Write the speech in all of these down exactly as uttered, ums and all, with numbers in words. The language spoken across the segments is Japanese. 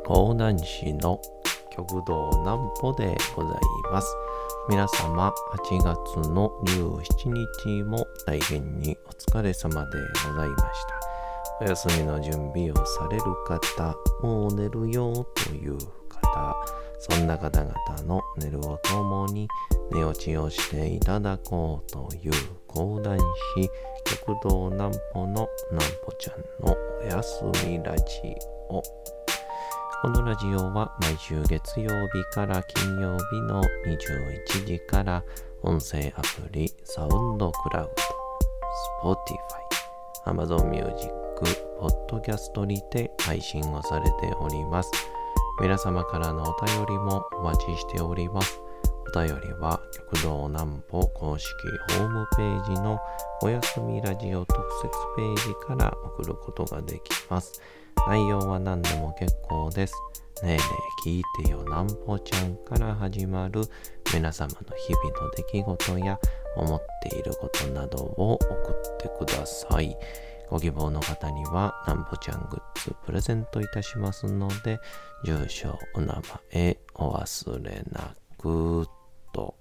講談師の極道南歩でございます。皆様はちがつのじゅうしちにちも大変にお疲れ様でございました。お休みの準備をされる方、もう寝るよという方、そんな方々の寝るをともに寝落ちをしていただこうという講談師極道南歩の南歩ちゃんのお休みラジオ。このラジオは毎週月曜日から金曜日のにじゅういちじから音声アプリサウンドクラウド、Spotify、Amazon Music、ポッドキャストにて配信をされております。皆様からのお便りもお待ちしております。お便りは極道南歩公式ホームページのおやすみラジオ特設ページから送ることができます。内容は何でも結構です。ねえねえ聞いてよ南歩ちゃんから始まる皆様の日々の出来事や思っていることなどを送ってください。ご希望の方には南歩ちゃんグッズプレゼントいたしますので、住所お名前お忘れなくと、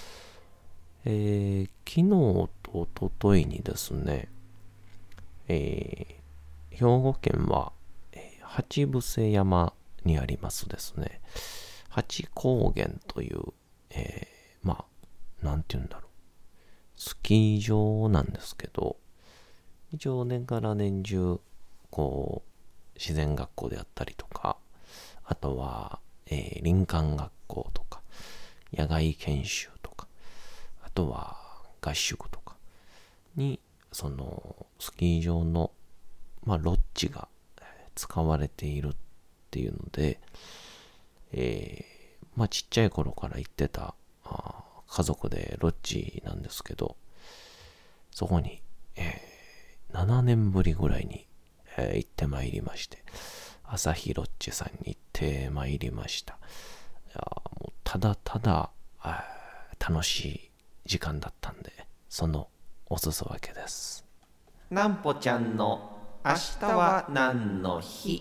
えー、昨日と一昨日にですね、えー、兵庫県は八伏山にありますですね、八高原という、えー、まあ、なんて言うんだろう、スキー場なんですけど、一応年から年中、こう、自然学校であったりとか、あとは、えー、林間学校とか、野外研修とか、あとは合宿とかに、その、スキー場の、まあ、ロッジが使われているっていうので、えー、まあちっちゃい頃から行ってたあ家族でロッジなんですけど、そこに、えー、ななねんぶりぐらいに、えー、行ってまいりまして、朝日ロッジさんに行ってまいりました。いやもうただただ楽しい時間だったんで、そのお裾分けです。 南歩ちゃんの明日は何の日。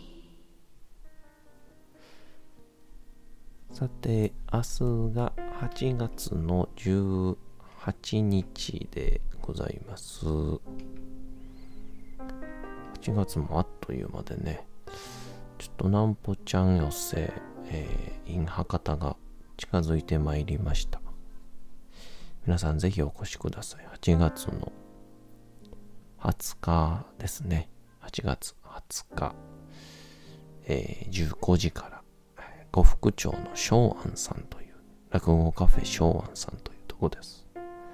さて、明日がはちがつのじゅうはちにちでございます。はちがつもあっという間でね、ちょっと南歩ちゃん寄せ、えー、in博多が近づいてまいりました。皆さんぜひお越しください。はちがつのはつかですね。はちがつはつか、えー、じゅうごじから呉服町の松庵さんという落語カフェ松庵さんというとこです。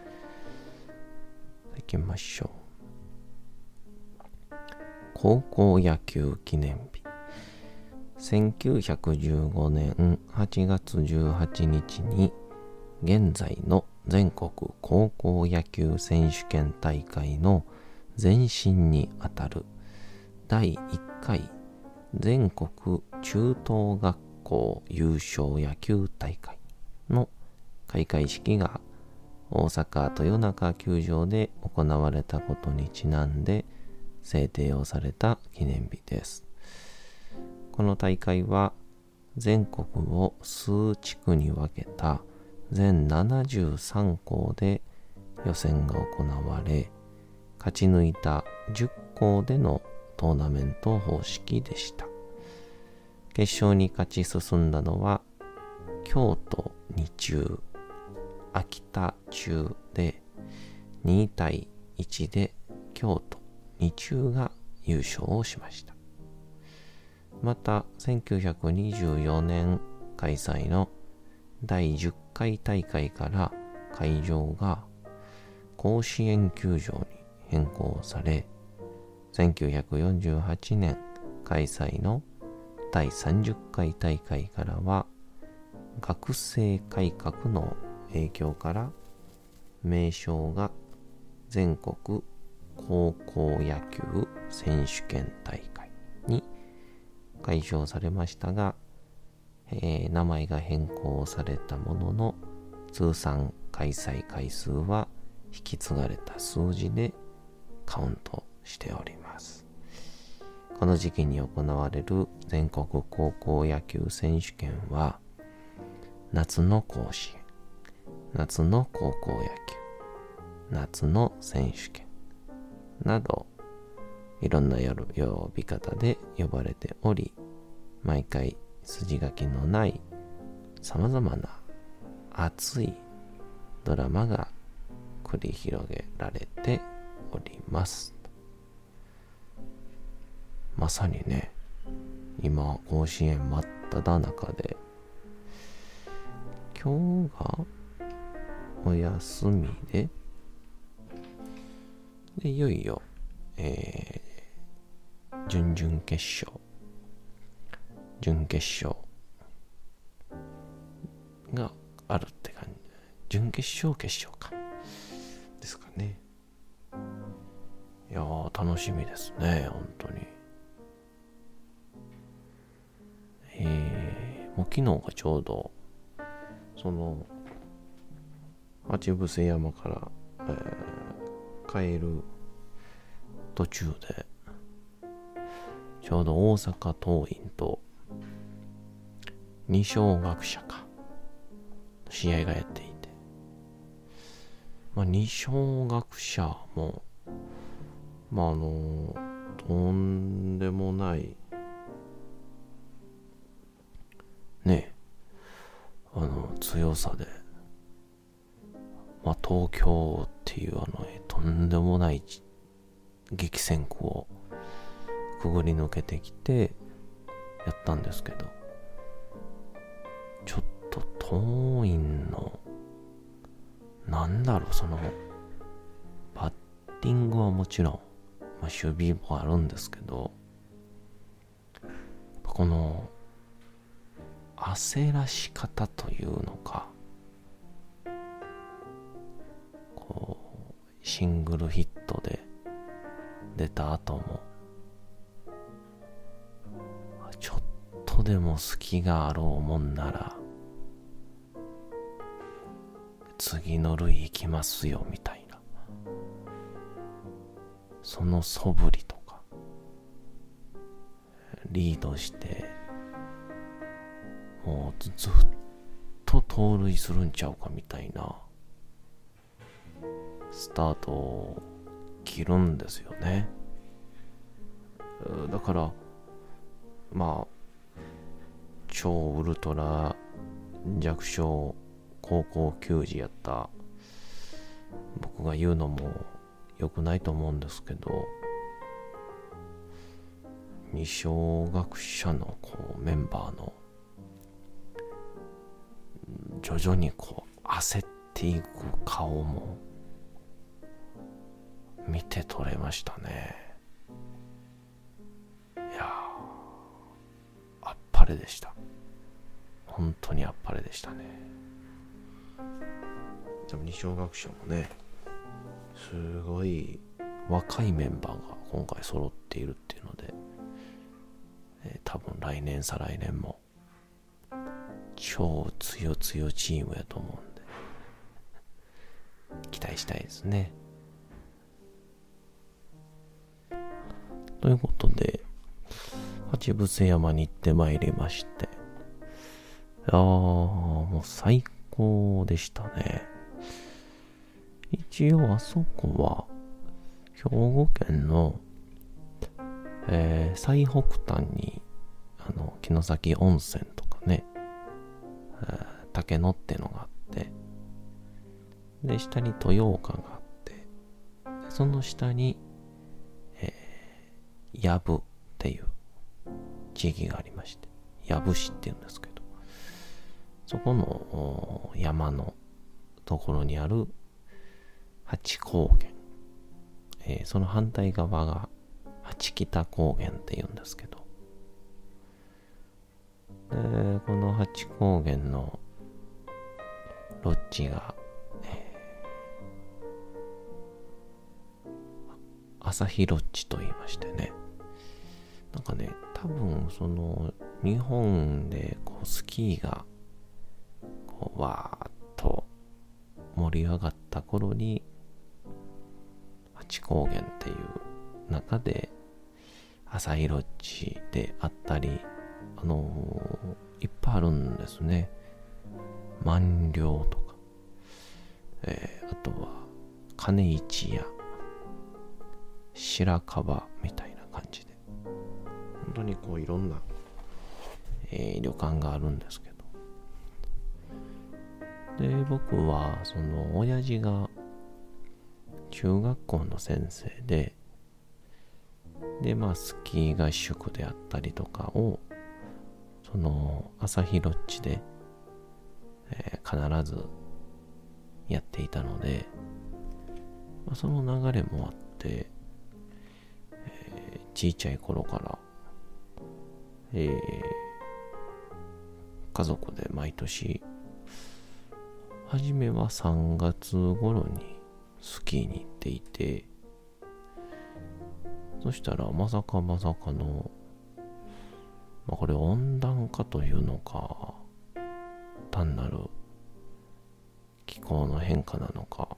行きましょう。高校野球記念日、せんきゅうひゃくじゅうごねんはちがつじゅうはちにちに現在の全国高校野球選手権大会の前身にあたるだいいっかい全国中等学校優勝野球大会の開会式が大阪豊中球場で行われたことにちなんで制定をされた記念日です。この大会は全国を数地区に分けた全ななじゅうさんこうで予選が行われ、勝ち抜いたじゅっこうでのトーナメント方式でした。決勝に勝ち進んだのは京都に中、秋田中でにたいいちで京都に中が優勝をしました。またせんきゅうひゃくにじゅうよねん開催のだいじゅっかい大会から会場が甲子園球場に変更され、せんきゅうひゃくよんじゅうはちねん開催のだいさんじゅっかい大会からは学生改革の影響から名称が全国高校野球選手権大会に改称されましたが、えー、名前が変更されたものの通算開催回数は引き継がれた数字でカウントしております。 この時期に行われる全国高校野球選手権は、夏の甲子園、夏の高校野球、夏の選手権など、いろんな呼び方で呼ばれており、毎回筋書きのない様々な熱いドラマが繰り広げられております。まさにね、今甲子園真っ只中で、今日がお休みで、でいよいよ、えー、準々決勝、準決勝があるって感じ。準決勝決勝かですかね。いやー楽しみですね、本当に。えー、もう昨日がちょうどその八伏山から、えー、帰る途中でちょうど大阪桐蔭と二松学舎か試合がやっていて、まあ、二松学舎もまああのとんでもないねあの強さで、まあ、東京っていうあのとんでもない激戦区をくぐり抜けてきてやったんですけど、ちょっと桐蔭のなんだろう、そのバッティングはもちろん、まあ、守備もあるんですけど、この焦らし方というのか、こうシングルヒットで出た後もちょっとでも隙があろうもんなら次の塁行きますよみたいな、その素振りとかリードしてもう ず, ずっと盗塁するんちゃうかみたいなスタートを切るんですよね。だからまあ超ウルトラ弱小高校球児やった僕が言うのも良くないと思うんですけど、二松学舎のこうメンバーの徐々にこう焦っていく顔も見て取れましたね。いやーあっぱれでした。本当にあっぱれでしたね。でも二松学舎もね、すごい若いメンバーが今回揃っているっていうので、えー、多分来年再来年も超強強チームやと思うんで期待したいですね。ということで八伏山に行ってまいりまして、あーもう最高でしたね。一応あそこは兵庫県の、えー、最北端にあの城崎温泉とかね、えー、竹野ってのがあって、で下に豊岡があって、その下に、えー、藪っていう地域がありまして、藪市っていうんですけど、そこの山のところにある八高原、えー、その反対側が八北高原っていうんですけど、でこの八高原のロッジが、えー、朝日ロッジと言いましてね、なんかね、多分その日本でこうスキーがこうわーっと盛り上がった頃に八高原っていう中で朝日ロッジであったり、あのー、いっぱいあるんですね。万両とか、えー、あとは金市屋、白樺みたいな感じで、本当にこういろんな、えー、旅館があるんですけど、で僕はその親父が中学校の先生で、でまあスキー合宿であったりとかをその朝日ロッジで、えー、必ずやっていたので、まあ、その流れもあって、えー、小さい頃から、えー、家族で毎年初めはさんがつ頃にスキーに行っていて、そしたらまさかまさかの、まあ、これ温暖化というのか単なる気候の変化なのか、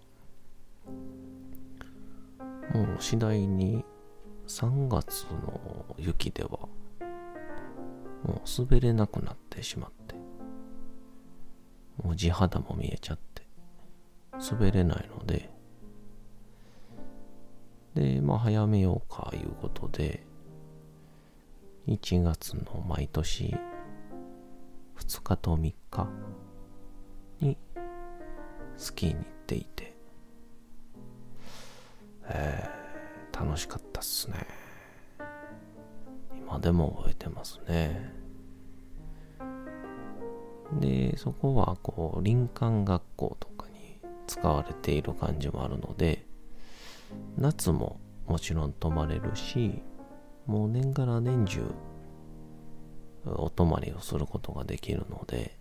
もう次第にさんがつの雪ではもう滑れなくなってしまって、もう地肌も見えちゃって滑れないので、でまあ早めようかいうことでいちがつの毎年ふつかとみっかにスキーに行っていて、えー、楽しかったっすね。今でも覚えてますね。でそこはこう林間学校とかに使われている感じもあるので、夏ももちろん泊まれるし、もう年がら年中お泊まりをすることができるので、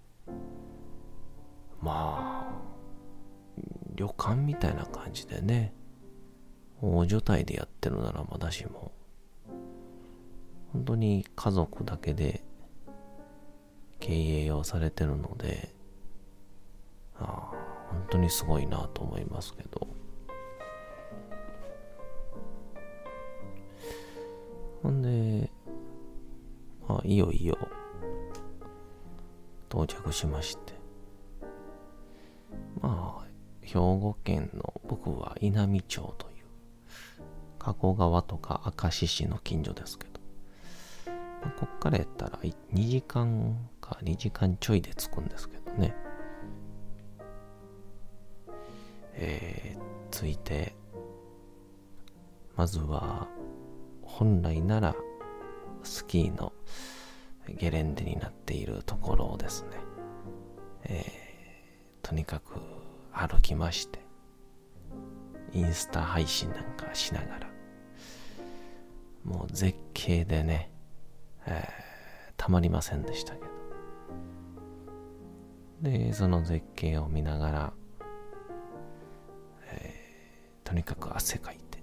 まあ旅館みたいな感じでね、大所帯でやってるならまだしも、本当に家族だけで経営をされてるので、ああ本当にすごいなと思いますけど、ほんで、まあ、いよいよ到着しまして、まあ兵庫県の、僕は稲美町という加古川とか明石市の近所ですけど、まあ、こっからやったらにじかんかにじかんちょいで着くんですけどね、えー、着いて、まずは本来ならスキーのゲレンデになっているところをですね、えー、とにかく歩きまして、インスタ配信なんかしながら、もう絶景でね、えー、たまりませんでしたけど、でその絶景を見ながら、えー、とにかく汗かいて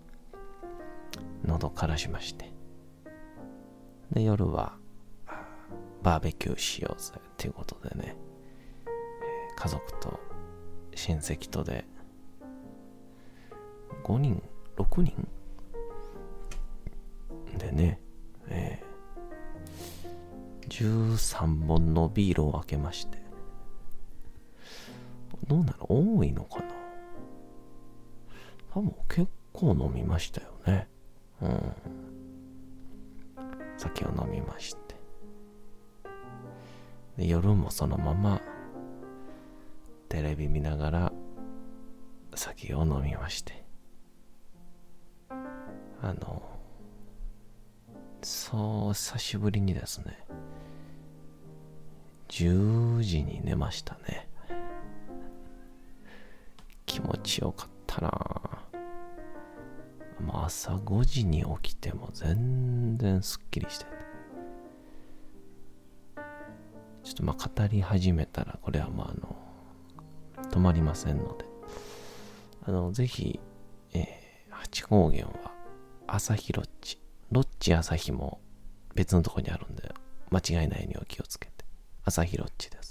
喉からしまして、で夜はバーベキューしようぜっていうことでね、えー、家族と親戚とでごにんろくにんでね、えー、じゅうさんぼんのビールを開けまして、どうなの、多いのかな、多分結構飲みましたよね。うん、酒を飲みまして、で夜もそのままテレビ見ながら酒を飲みまして、あのそう久しぶりにですねじゅうじに寝ましたね。気持ちよかったな。まあ、朝ごじに起きても全然すっきりしてて、ちょっとまあ語り始めたらこれはまああの止まりませんので、あのぜひ、えー、八高原は朝日ロッジ、ロッジ朝日も別のところにあるんで間違いないようにお気をつけて、朝日ロッジです。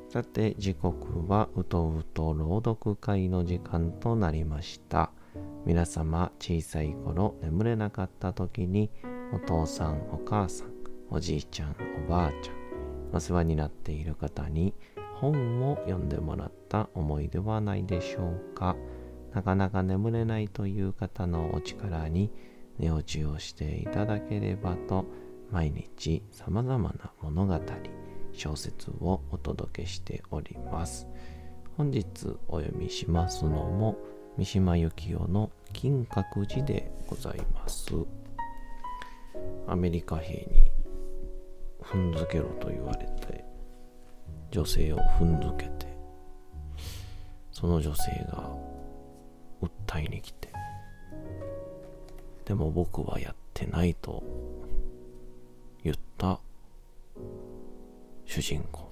さて、時刻はうとうと朗読会の時間となりました。皆様、小さい頃眠れなかった時にお父さん、お母さん、おじいちゃん、おばあちゃん、お世話になっている方に本を読んでもらった思いではないでしょうか。なかなか眠れないという方のお力に寝落ちをしていただければと、毎日様々な物語、小説をお届けしております。本日お読みしますのも三島由紀夫の金閣寺でございます。アメリカ兵に踏んづけろと言われて、女性を踏んづけて、その女性が訴えに来て、でも僕はやってないと言った主人公。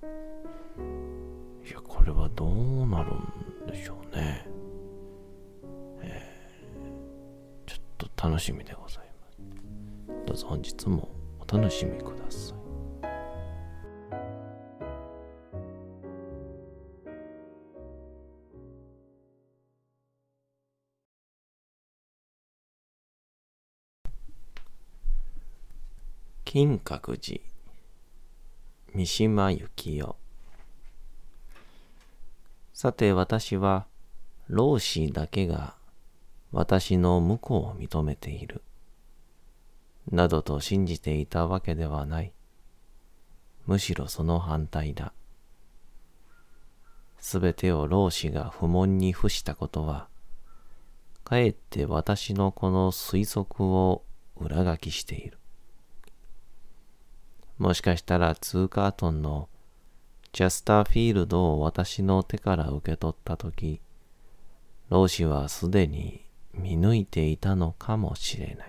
いや、これはどうなるんでしょうね。えー、ちょっと楽しみでございます。どうぞ本日もお楽しみください。金閣寺、三島由紀夫。さて私は老子だけが私の無垢を認めているなどと信じていたわけではない。むしろその反対だ。すべてを老子が不問に付したことは、かえって私のこの推測を裏書きしている。もしかしたらツーカートンのチャスターフィールドを私の手から受け取ったとき、老子はすでに見抜いていたのかもしれない。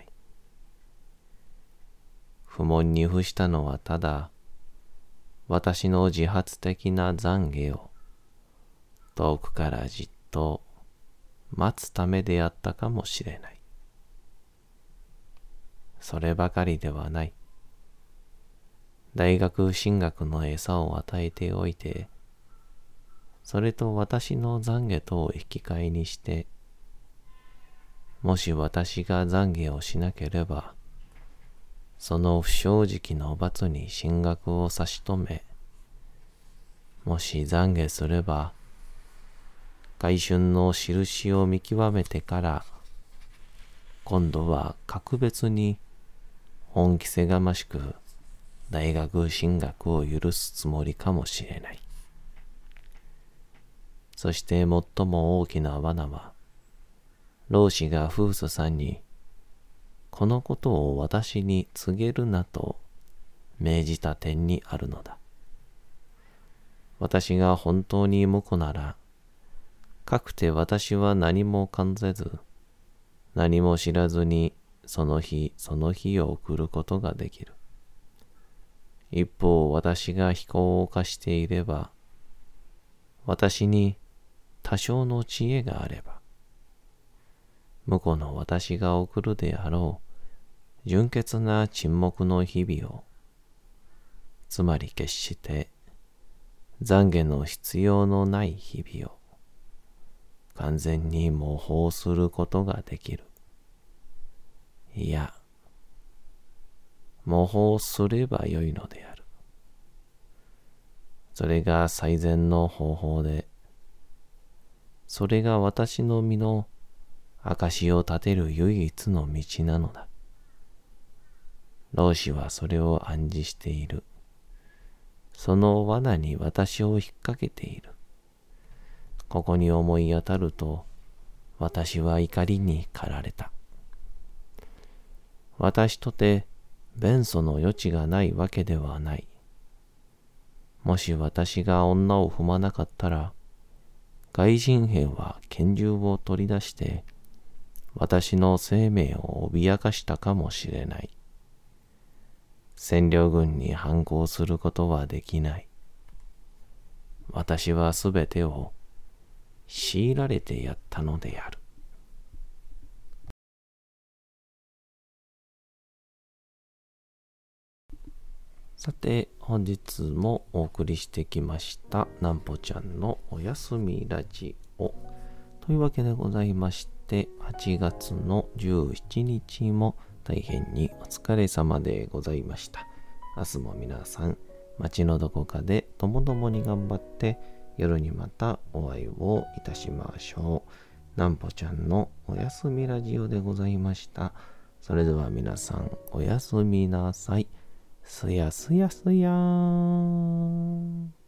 不問に付したのはただ、私の自発的な懺悔を遠くからじっと待つためであったかもしれない。そればかりではない。大学進学の餌を与えておいて、それと私の懺悔とを引き換えにして、もし私が懺悔をしなければ、その不正直の罰に進学を差し止め、もし懺悔すれば、回春の印を見極めてから、今度は格別に恩着せがましく、大学進学を許すつもりかもしれない。そして最も大きな罠は、老子がフースさんに、このことを私に告げるなと命じた点にあるのだ。私が本当に無垢なら、かくて私は何も感ぜず、何も知らずにその日その日を送ることができる。一方、私が非行を犯していれば、私に多少の知恵があれば、無垢の私が送るであろう純潔な沈黙の日々を、つまり決して懺悔の必要のない日々を、完全に模倣することができる。いや、模倣すればよいのである。それが最善の方法で、それが私の身の証を立てる唯一の道なのだ。老子はそれを暗示している。その罠に私を引っ掛けている。ここに思い当たると、私は怒りに駆られた。私とて弁訴の余地がないわけではない。もし私が女を踏まなかったら、外人兵は拳銃を取り出して、私の生命を脅かしたかもしれない。占領軍に反抗することはできない。私はすべてを強いられてやったのである。 さて、本日もお送りしてきましたなんぽちゃんのおやすみラジオというわけでございまして、はちがつのじゅうしちにちも大変にお疲れ様でございました。明日も皆さん街のどこかでともどもに頑張って夜にまたお会いをいたしましょう。なんぽちゃんのおやすみラジオでございました。それでは皆さんおやすみなさい。すやすやすやーん。